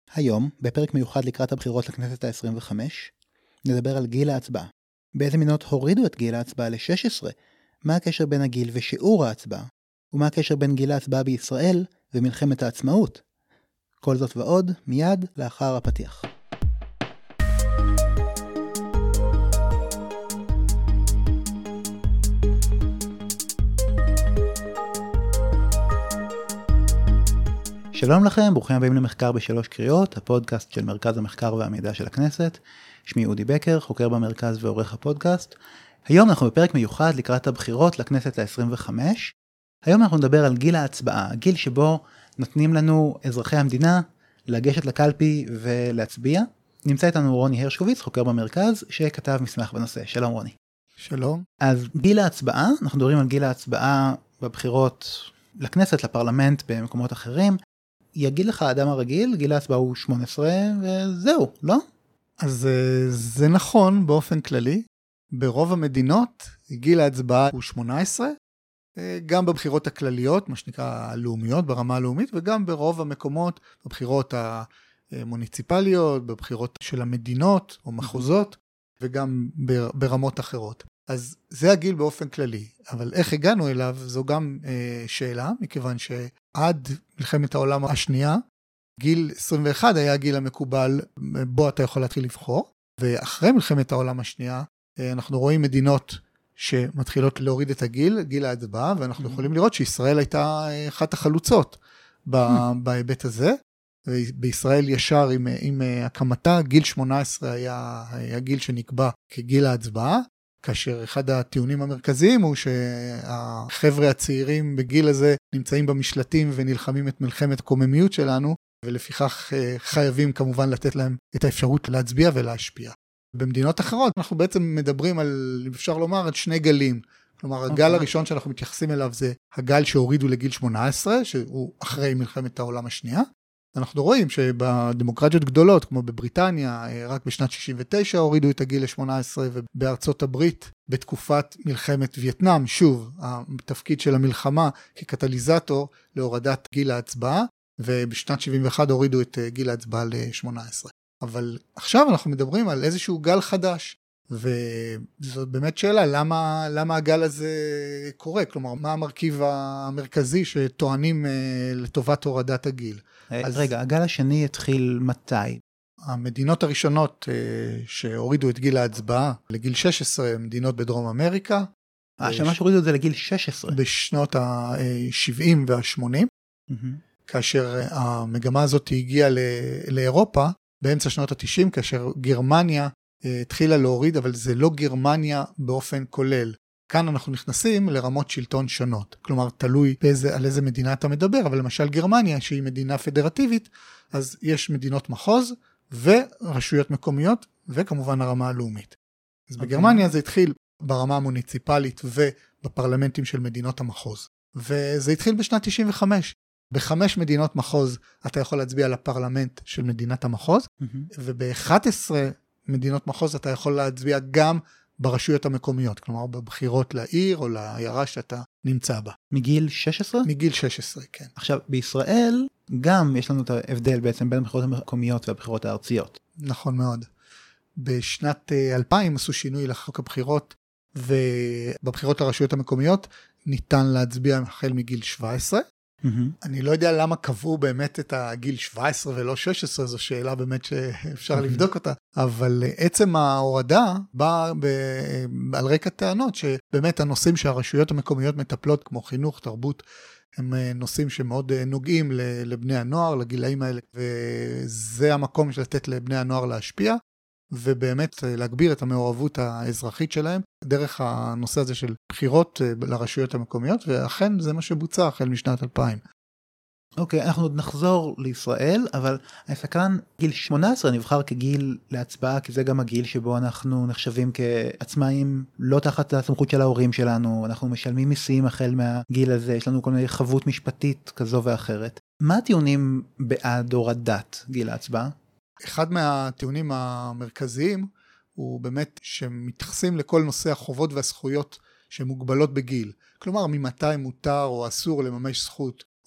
היום, בפרק מיוחד לקראת הבחירות לכנסת ה-25, נדבר על גיל ההצבעה. באיזה מדינות הורידו את גיל ההצבעה ל-16? מה הקשר בין הגיל ושיעור ההצבעה? ומה הקשר בין גיל ההצבעה בישראל ומלחמת העצמאות? כל זאת ועוד מיד לאחר הפתיח. שלום לכם, ברוכים הבאים למחקר בשלוש קריאות, הפודקאסט של מרכז המחקר והמידע של הכנסת. שמי אודי בקר, חוקר במרכז ועורך הפודקאסט. היום אנחנו בפרק מיוחד לקראת הבחירות לכנסת ה-25. היום אנחנו נדבר על גיל ההצבעה, הגיל שבו נותנים לנו אזרחי המדינה לגשת לקלפי ולהצביע. נמצא איתנו רוני הרשקוביץ, חוקר במרכז, שכתב מסמך בנושא. שלום רוני. שלום. אז גיל ההצבעה, אנחנו מדברים על גיל ההצבעה בבחירות לכנסת, לפרלמנט, במקומות אחרים. יגיד לך האדם הרגיל, גיל ההצבעה הוא 18 וזהו, לא? אז זה נכון באופן כללי. ברוב המדינות גיל ההצבעה הוא 18, גם בבחירות הכלליות, מה שנקרא הלאומיות, ברמה הלאומית, וגם ברוב המקומות, בבחירות המוניציפליות, בבחירות של המדינות או מחוזות, וגם ברמות אחרות. אז זה הגיל באופן כללי, אבל איך הגענו אליו זו גם שאלה, מכיוון שעד מלחמת העולם השנייה, גיל 21 היה הגיל המקובל בו אתה יכול להתחיל לבחור, ואחרי מלחמת העולם השנייה, אנחנו רואים מדינות שמתחילות להוריד את גיל ההצבעה, ואנחנו יכולים לראות שישראל הייתה אחת החלוצות בהיבט הזה, בישראל ישר עם הקמתה, גיל 18 היה הגיל שנקבע כגיל ההצבעה, כאשר אחד הטיעונים המרכזיים הוא שהחבר'ה הצעירים בגיל הזה נמצאים במשלטים ונלחמים את מלחמת הקוממיות שלנו, ולפיכך חייבים כמובן לתת להם את האפשרות להצביע ולהשפיע. במדינות אחרות אנחנו בעצם מדברים על, אפשר לומר, על שני גלים. כלומר, הגל הראשון שאנחנו מתייחסים אליו זה הגל שהורידו לגיל 18, שהוא אחרי מלחמת העולם השנייה. אנחנו רואים שבדמוקרטיות גדולות, כמו בבריטניה, רק בשנת 69 הורידו את הגיל ל-18, ובארצות הברית, בתקופת מלחמת וייטנאם, שוב, התפקיד של המלחמה כקטליזטור להורדת גיל ההצבעה, ובשנת 71 הורידו את גיל ההצבעה ל-18. אבל עכשיו אנחנו מדברים על איזשהו גל חדש, וזאת באמת שאלה, למה הגל הזה קורה? כלומר, מה המרכיב המרכזי שטוענים לטובת הורדת הגיל? רגע, הגל השני התחיל מתי? המדינות הראשונות שהורידו את גיל ההצבעה לגיל 16, מדינות בדרום אמריקה. שממש הורידו את זה לגיל 16? בשנות ה-70 וה-80, כאשר המגמה הזאת הגיעה לאירופה, באמצע שנות ה-90, כאשר גרמניה התחילה להוריד, אבל זה לא גרמניה באופן כולל. כאן אנחנו נכנסים לרמות שלטון שונות. כלומר, תלוי על איזה מדינה אתה מדבר, אבל למשל גרמניה, שהיא מדינה פדרטיבית, אז יש מדינות מחוז ורשויות מקומיות, וכמובן הרמה הלאומית. אז בגרמניה זה התחיל ברמה המוניציפלית ובפרלמנטים של מדינות המחוז. וזה התחיל בשנת 95. ב5 מדינות מחוז אתה יכול להצביע לפרלמנט של מדינת המחוז, וב11 מדינות מחוז אתה יכול להצביע גם ברשויות המקומיות, כלומר בבחירות לעיר או לעיירה שאתה נמצא בה. מגיל 16? מגיל 16, כן. עכשיו, בישראל גם יש לנו את ההבדל בעצם בין הבחירות המקומיות והבחירות הארציות. נכון מאוד. בשנת 2000 עשו שינוי לחוק הבחירות, ובבחירות לרשויות המקומיות ניתן להצביע החל מגיל 17, אני לא יודע למה קבעו באמת את הגיל 17 ולא 16, זו שאלה באמת שאפשר לבדוק אותה, אבל עצם ההורדה באה על רקע טענות שבאמת הנושאים שהרשויות המקומיות מטפלות, כמו חינוך, תרבות, הם נושאים שמאוד נוגעים לבני הנוער, לגילאים האלה, וזה המקום של לתת לבני הנוער להשפיע, ובאמת להגביר את המעורבות האזרחית שלהם, דרך הנושא הזה של בחירות לרשויות המקומיות, ואכן זה מה שבוצע החל משנת 2000. אוקיי, אנחנו עוד נחזור לישראל, אבל כאן גיל 18 נבחר כגיל להצבעה, כי זה גם הגיל שבו אנחנו נחשבים כעצמאים לא תחת הסמכות של ההורים שלנו, אנחנו משלמים מיסים החל מהגיל הזה, יש לנו כל מיני חבות משפטית כזו ואחרת. מה הטיעונים בעד הורדת גיל ההצבעה? אחד מהטיעונים המרכזיים הוא באמת שמתייחסים לכל נושא החובות והזכויות שמוגבלות בגיל. כלומר, ממתי מותר או אסור לממש זכות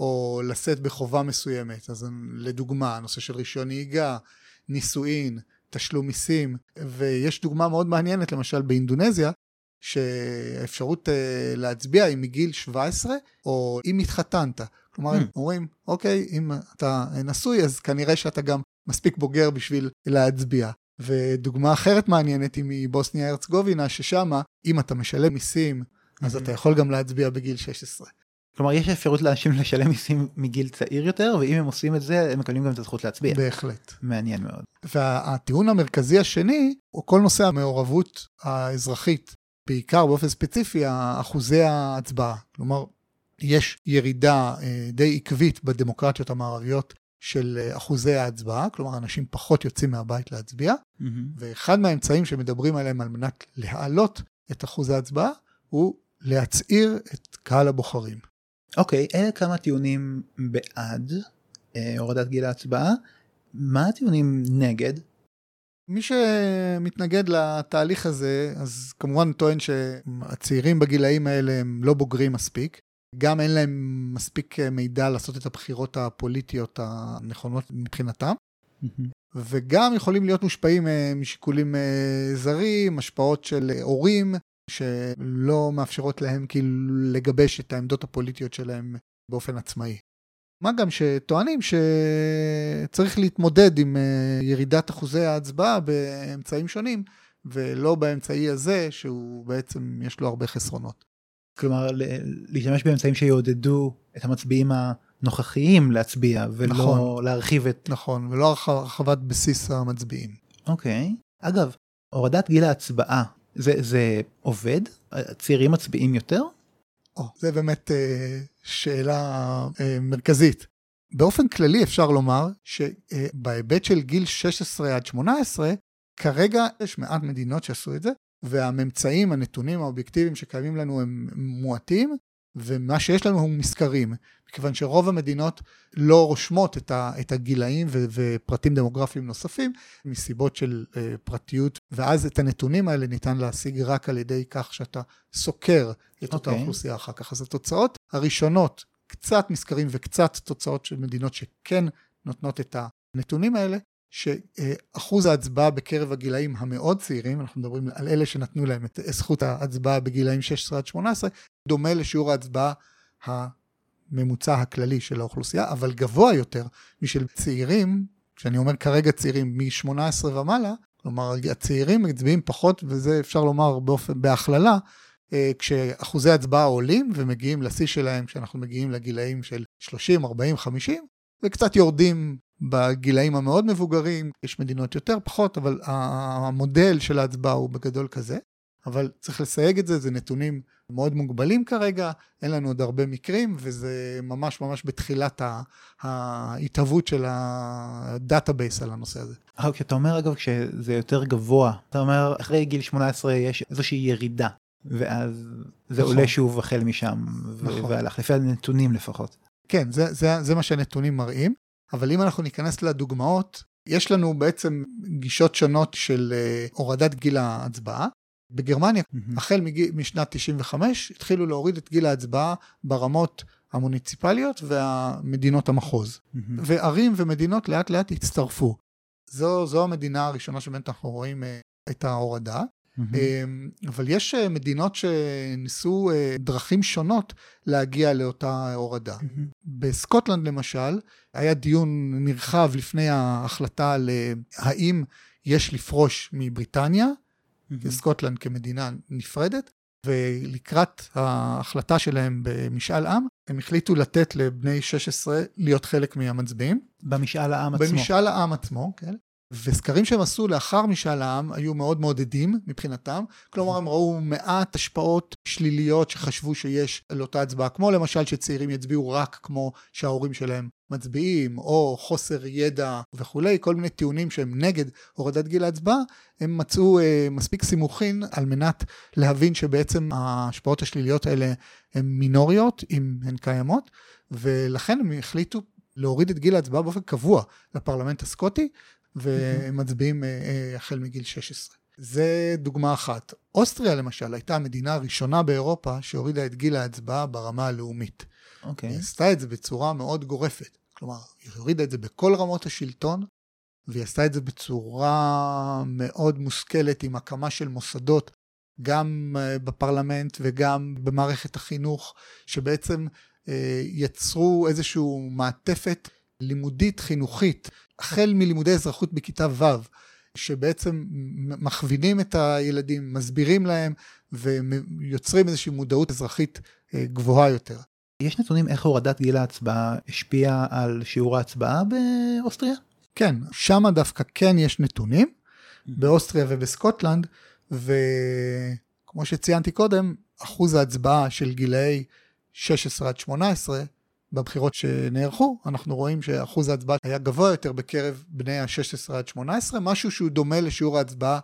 או לשאת בחובה מסוימת. אז לדוגמה, הנושא של רישיון נהיגה, נישואין, תשלום מיסים, ויש דוגמה מאוד מעניינת, למשל באינדונזיה, שהאפשרות להצביע היא מגיל 17, או אם התחתנת. כלומר, אומרים, אוקיי, אם אתה נשוי, אז כנראה שאתה גם מספיק בוגר בשביל להצביע. ודוגמה אחרת מעניינת היא מבוסניה הרצגובינה, ששמה, אם אתה משלם מיסים, אז אתה יכול גם להצביע בגיל 16. כלומר, יש אפשרות לאנשים לשלם מיסים מגיל צעיר יותר, ואם הם עושים את זה, הם מקבלים גם את הזכות להצביע. בהחלט. מעניין מאוד. והטיעון המרכזי השני, הוא כל נושא המעורבות האזרחית, בעיקר באופן ספציפי, אחוזי ההצבעה. כלומר, יש ירידה די עקבית בדמוקרטיות המערביות של אחוזי ההצבעה, כלומר, אנשים פחות יוצאים מהבית להצביע, ואחד מהאמצעים שמדברים עליהם על מנת להעלות את אחוז ההצבעה, הוא להצעיר את קהל הבוחרים. אוקיי, אלה כמה טיעונים בעד הורדת גיל ההצבעה. מה הטיעונים נגד? מי שמתנגד לתהליך הזה, אז כמובן טוען שהצעירים בגילאים האלה הם לא בוגרים מספיק, גם אין להם מספיק מידע לעשות את הבחירות הפוליטיות הנכונות מבחינתם, וגם יכולים להיות מושפעים משיקולים זרים, השפעות של הורים, שלא מאפשרות להם כאילו לגבש את העמדות הפוליטיות שלהם באופן עצמאי. מה גם שטוענים שצריך להתמודד עם ירידת אחוזי ההצבעה באמצעים שונים, ולא באמצעי הזה שהוא בעצם יש לו הרבה חסרונות. כלומר, להשתמש באמצעים שיעודדו את המצביעים הנוכחיים להצביע, ולא נכון, להרחיב את... נכון, ולא הרחבת בסיס המצביעים. אוקיי. אגב, הורדת גיל ההצבעה, זה עובד? צעירים מצביעים יותר? זה באמת שאלה מרכזית. באופן כללי אפשר לומר שבהיבט של גיל 16 עד 18, כרגע יש מעט מדינות שעשו את זה, והממצאים, הנתונים האובייקטיביים שקיימים לנו הם מועטים, ומה שיש לנו הם מסקרים, מכיוון שרוב המדינות לא רושמות את הגילאים ופרטים דמוגרפיים נוספים, מסיבות של פרטיות, ואז את הנתונים האלה ניתן להשיג רק על ידי כך שאתה סוקר את אותה אוכלוסייה אחר כך. אז התוצאות הראשונות, קצת מסקרים וקצת תוצאות של מדינות שכן נותנות את הנתונים האלה, שאחוז ההצבעה בקרב הגילאים המאוד צעירים, אנחנו מדברים על אלה שנתנו להם את זכות ההצבעה בגילאים 16 עד 18, דומה לשיעור ההצבעה הממוצע הכללי של האוכלוסייה, אבל גבוה יותר משל צעירים, כשאני אומר כרגע צעירים מ-18 ומעלה, כלומר הצעירים מצביעים פחות, וזה אפשר לומר בהכללה, כשאחוזי הצבעה עולים ומגיעים לשיא שלהם, כשאנחנו מגיעים לגילאים של 30, 40, 50, וקצת יורדים בגילאים המאוד מבוגרים, יש מדינות יותר פחות, אבל המודל של ההצבעה הוא בגדול כזה, אבל צריך לסייג את זה, זה נתונים מאוד מוגבלים כרגע, אין לנו עוד הרבה מקרים, וזה ממש ממש בתחילת ההתהוות של הדאטאבייס על הנושא הזה. אתה אומר אגב כשזה יותר גבוה, אתה אומר אחרי גיל 18 יש איזושהי ירידה, ואז זה עולה שוב החל משם, והלך לפי הנתונים לפחות. כן, זה מה שהנתונים מראים, אבל אם אנחנו ניכנס לדוגמאות, יש לנו בעצם גישות שונות של הורדת גיל ההצבעה. בגרמניה, החל משנת 95, התחילו להוריד את גיל ההצבעה ברמות המוניציפליות והמדינות המחוז. וערים ומדינות לאט לאט הצטרפו. זו המדינה הראשונה שבאמת אנחנו רואים את ההורדה. אבל יש מדינות שניסו דרכים שונות להגיע לאותה הורדה. בסקוטלנד למשל, היה דיון נרחב לפני ההחלטה על האם יש לפרוש מבריטניה, סקוטלנד כמדינה נפרדת, ולקראת ההחלטה שלהם במשאל עם, הם החליטו לתת לבני 16 להיות חלק מהמצביעים. במשאל העם עצמו. במשאל העם עצמו, כן. וסקרים שהם עשו לאחר משאל העם היו מאוד מעודדים מבחינתם, כלומר הם ראו מעט השפעות שליליות שחשבו שיש על אותה הצבעה, כמו למשל שצעירים יצביעו רק כמו שההורים שלהם מצביעים, או חוסר ידע וכולי, כל מיני טיעונים שהם נגד הורדת גיל ההצבעה, הם מצאו מספיק סימוכין על מנת להבין שבעצם ההשפעות השליליות האלה הן מינוריות, אם הן קיימות, ולכן הם החליטו להוריד את גיל ההצבעה באופן קבוע לפרלמנט הסקוטי, והם מצביעים החל מגיל 16. זה דוגמה אחת. אוסטריה למשל הייתה המדינה הראשונה באירופה שהורידה את גיל ההצבעה ברמה הלאומית. אוקיי. היא עשתה את זה בצורה מאוד גורפת. כלומר, היא הורידה את זה בכל רמות השלטון, והיא עשתה את זה בצורה מאוד מושכלת, עם הקמה של מוסדות, גם בפרלמנט וגם במערכת החינוך, שבעצם יצרו איזשהו מעטפת לימודית חינוכית, החל מלימודי אזרחות בכיתה ו', שבעצם מכווינים את הילדים, מסבירים להם, ויוצרים איזושהי מודעות אזרחית גבוהה יותר. יש נתונים איך הורדת גיל ההצבעה השפיעה על שיעור ההצבעה באוסטריה? כן, שם דווקא כן יש נתונים, באוסטריה ובסקוטלנד, וכמו שציינתי קודם, אחוז ההצבעה של גילאי 16 עד 18, בבחירות שנערכו, אנחנו רואים שאחוז ההצבעה היה גבוה יותר בקרב בני ה-16 עד 18, משהו שהוא דומה לשיעור ההצבעה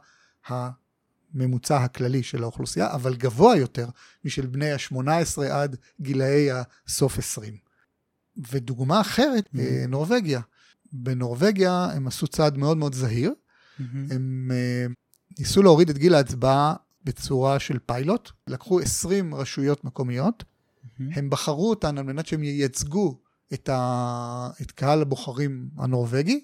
הממוצע הכללי של האוכלוסייה, אבל גבוה יותר משל בני ה-18 עד גילאי הסוף 20. ודוגמה אחרת, נורווגיה. בנורווגיה הם עשו צעד מאוד מאוד זהיר, הם ניסו להוריד את גיל ההצבעה בצורה של פיילוט, לקחו 20 רשויות מקומיות, הם בחרו אותן על מנת שהם ייצגו את קהל הבוחרים הנורווגי,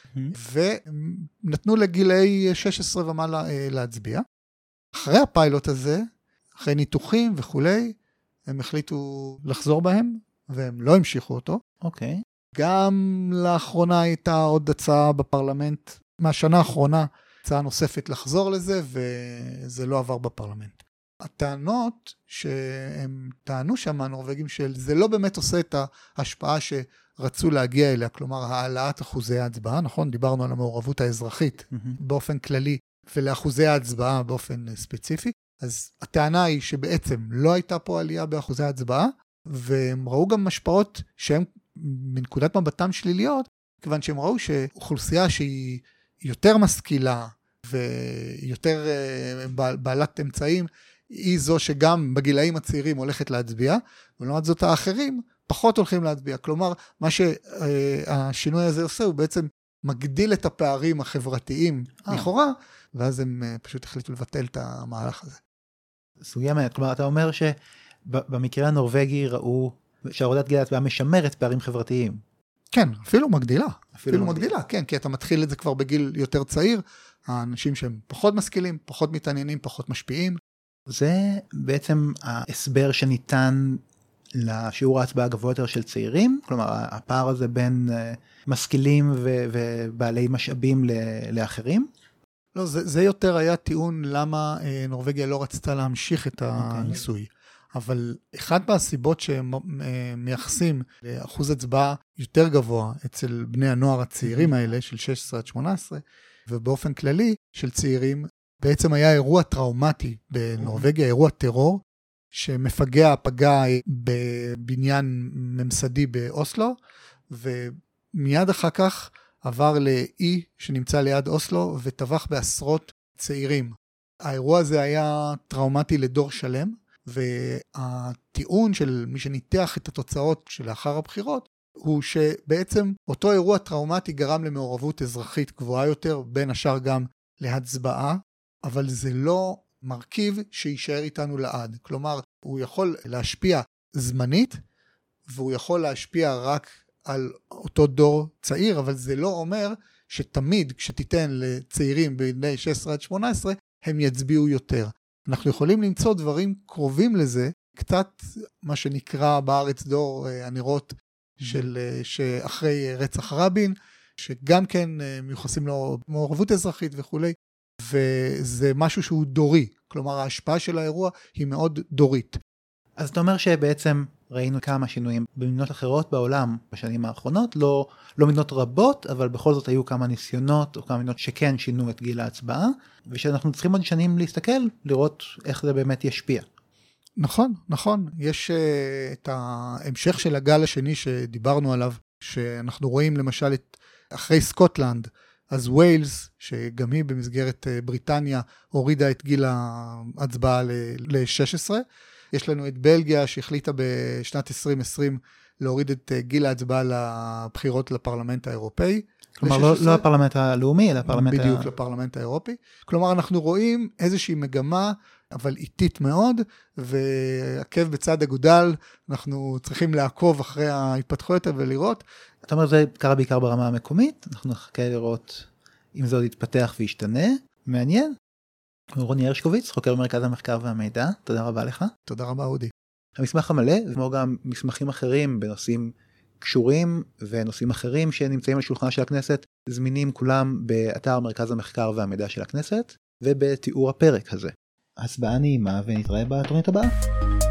ונתנו לגילאי 16 ומעלה להצביע. אחרי הפיילוט הזה, אחרי ניתוחים וכולי, הם החליטו לחזור בהם, והם לא המשיכו אותו. אוקיי. גם לאחרונה הייתה עוד הצעה בפרלמנט, מהשנה האחרונה, הצעה נוספת לחזור לזה, וזה לא עבר בפרלמנט. הטענות שהם טענו שם הנורווגים זה לא באמת עושה את ההשפעה שרצו להגיע אליה, כלומר העלאת אחוזי ההצבעה, נכון? דיברנו על המעורבות האזרחית באופן כללי, ולאחוזי ההצבעה באופן ספציפי, אז הטענה היא שבעצם לא הייתה פה עלייה באחוזי ההצבעה, והם ראו גם משפעות שהן מנקודת מבטם שליליות, כיוון שהם ראו שאוכלוסייה שהיא יותר משכילה, ויותר בעלת אמצעים, היא זו שגם בגילאים הצעירים הולכת להצביע, ולעומת זאת האחרים פחות הולכים להצביע. כלומר, מה שהשינוי הזה עושה, הוא בעצם מגדיל את הפערים החברתיים לכאורה, ואז הם פשוט החליטו לבטל את המהלך הזה. סוגיה מעט, כלומר, אתה אומר שבמקרה הנורווגי ראו שהורדת גיל ההצבעה משמרת פערים חברתיים. כן, אפילו מגדילה. אפילו מגדילה, כן, כי אתה מתחיל את זה כבר בגיל יותר צעיר, האנשים שהם פחות משכילים, פחות מתעניינים, פחות משפיעים. זה בעצם ההסבר שניתן לשיעור ההצבעה הגבוה יותר של צעירים, כלומר הפער הזה בין משכילים ובעלי משאבים לאחרים? לא, זה יותר היה טיעון למה נורווגיה לא רצתה להמשיך את הניסוי. אבל אחד מהסיבות שהם מייחסים לאחוז הצבעה יותר גבוה אצל בני הנוער הצעירים האלה של 16 עד 18, ובאופן כללי של צעירים, בעצם היה אירוע טראומטי בנורווגיה, אירוע טרור, שמפגע פגע בבניין ממסדי באוסלו, ומיד אחר כך עבר לאי שנמצא ליד אוסלו, וטבח בעשרות צעירים. האירוע הזה היה טראומטי לדור שלם, והטיעון של מי שניתח את התוצאות שלאחר הבחירות, הוא שבעצם אותו אירוע טראומטי גרם למעורבות אזרחית גבוהה יותר, בין השאר גם להצבעה, אבל זה לא מרכיב שישאר איתנו לעד. כלומר, הוא יכול להשפיע זמנית, והוא יכול להשפיע רק על אותו דור צעיר, אבל זה לא אומר שתמיד כשתיתן לצעירים בני 16 עד 18, הם יצביעו יותר. אנחנו יכולים למצוא דברים קרובים לזה, קצת מה שנקרא בארץ דור הנרות שאחרי רצח רבין, שגם כן מיוחסים לו מעורבות אזרחית וכולי, וזה משהו שהוא דורי, כלומר ההשפעה של האירוע היא מאוד דורית. אז אתה אומר שבעצם ראינו כמה שינויים במדינות אחרות בעולם בשנים האחרונות, לא מדינות רבות, אבל בכל זאת היו כמה ניסיונות או כמה מדינות שכן שינו את גיל ההצבעה, ושאנחנו צריכים עוד שנים להסתכל, לראות איך זה באמת ישפיע. נכון, נכון. יש את ההמשך של הגל השני שדיברנו עליו, שאנחנו רואים למשל אחרי סקוטלנד, אז ווילס, שגם היא במסגרת בריטניה, הורידה את גיל ההצבעה ל-16. יש לנו את בלגיה שהחליטה בשנת 2020 להוריד את גיל ההצבעה לבחירות לפרלמנט האירופאי. כלומר, לא לפרלמנט הלאומי, אלא בדיוק לפרלמנט האירופי. כלומר, אנחנו רואים איזושהי מגמה אבל איטית מאוד, ועקב בצד אגודל, אנחנו צריכים לעקוב אחרי ההתפתחויות ולראות. אתה אומר, זה קרה בעיקר ברמה המקומית, אנחנו נחכה לראות אם זה עוד יתפתח וישתנה, מעניין. רוני הרשקוביץ, חוקר במרכז המחקר והמידע, תודה רבה לך. תודה רבה, אודי. המסמך המלא, כמו גם מסמכים אחרים בנושאים קשורים ונושאים אחרים שנמצאים על שולחנה של הכנסת, זמינים כולם באתר מרכז המחקר והמידע של הכנסת, ובתיאור הפרק הזה. הסבעה נעימה ונתראה בתוכנית הבאה.